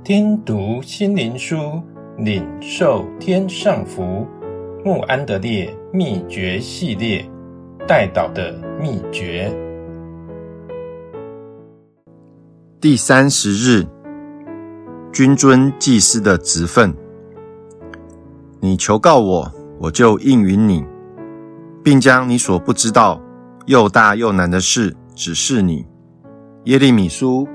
听读心灵书，领受天上福。慕安德烈秘诀系列，代祷的秘诀。 第30日，君尊祭司的职分。你求告我，我就应允你，并将你所不知道又大又难的事指示你。耶利米书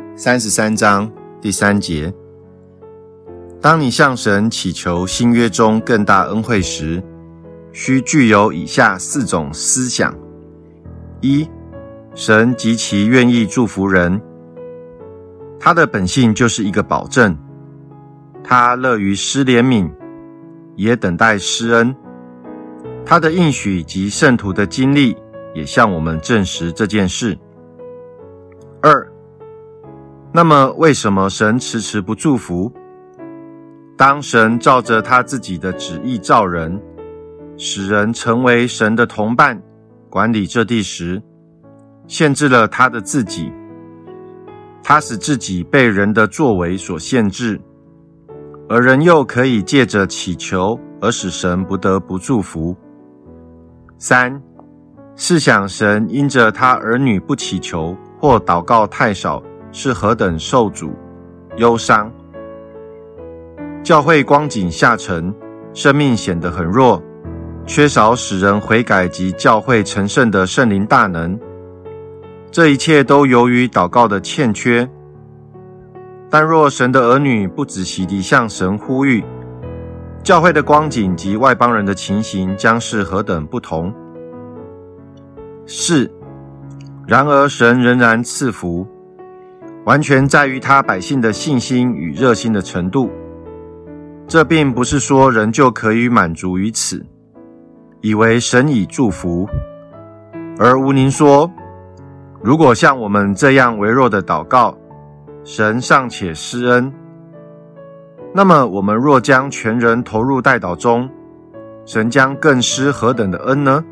33章第3节。当你向神祈求新约中更大恩惠时，需具有以下4种思想： 1. 神极其愿意祝福人，他的本性就是一个保证，他乐于施怜悯，也等待施恩，他的应许及圣徒的经历也向我们证实这件事。2. 那么为什么神迟迟不祝福？当神照着他自己的旨意造人，使人成为神的同伴，管理这地时，限制了他的自己，他使自己被人的作为所限制，而人又可以借着祈求而使神不得不祝福。3. 试想神因着他儿女不祈求或祷告太少，是何等受阻、忧伤。教会光景下沉，生命显得很弱，缺少使人悔改及教会成圣的圣灵大能。这一切都由于祷告的欠缺。但若神的儿女不仔细地向神呼吁，教会的光景及外邦人的情形将是何等不同。4. 然而神仍然赐福，完全在于他百姓的信心与热心的程度。这并不是说人就可以满足于此，以为神已祝福。而吴宁说，如果像我们这样微弱的祷告，神尚且施恩，那么我们若将全人投入代祷中，神将更施何等的恩呢？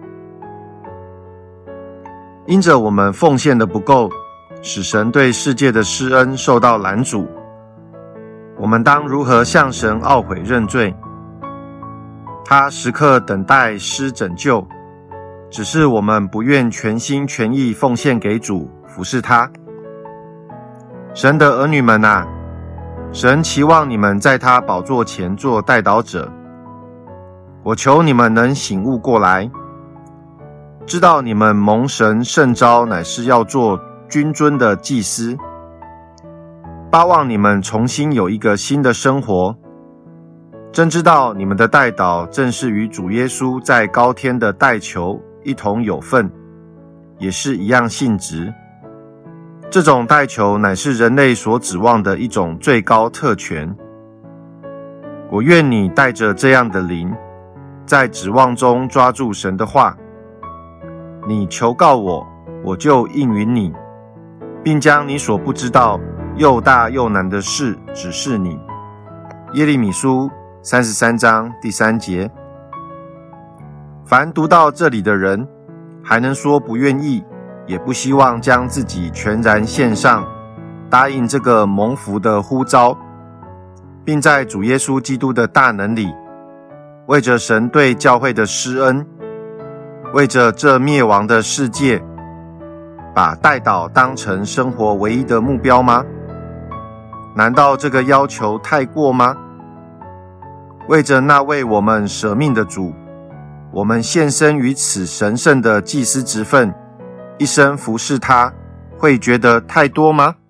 因着我们奉献的不够，使神对世界的施恩受到拦阻，我们当如何向神懊悔认罪？他时刻等待施拯救，只是我们不愿全心全意奉献给主，服侍他。神的儿女们啊，神期望你们在他宝座前做代祷者。我求你们能醒悟过来，知道你们蒙神圣召乃是要做君尊的祭司，巴望你们重新有一个新的生活，真知道你们的代祷正是与主耶稣在高天的代求一同有份，也是一样性质。这种代求乃是人类所指望的一种最高特权。我愿你带着这样的灵，在指望中抓住神的话，你求告我，我就应允你，并将你所不知道又大又难的事指示你。耶利米书33章第3节。凡读到这里的人，还能说不愿意，也不希望将自己全然献上，答应这个蒙福的呼召，并在主耶稣基督的大能里，为着神对教会的施恩，为着这灭亡的世界，把代祷当成生活唯一的目标吗？难道这个要求太过吗？为着那为我们舍命的主，我们献身于此神圣的祭司职分，一生服侍他，会觉得太多吗？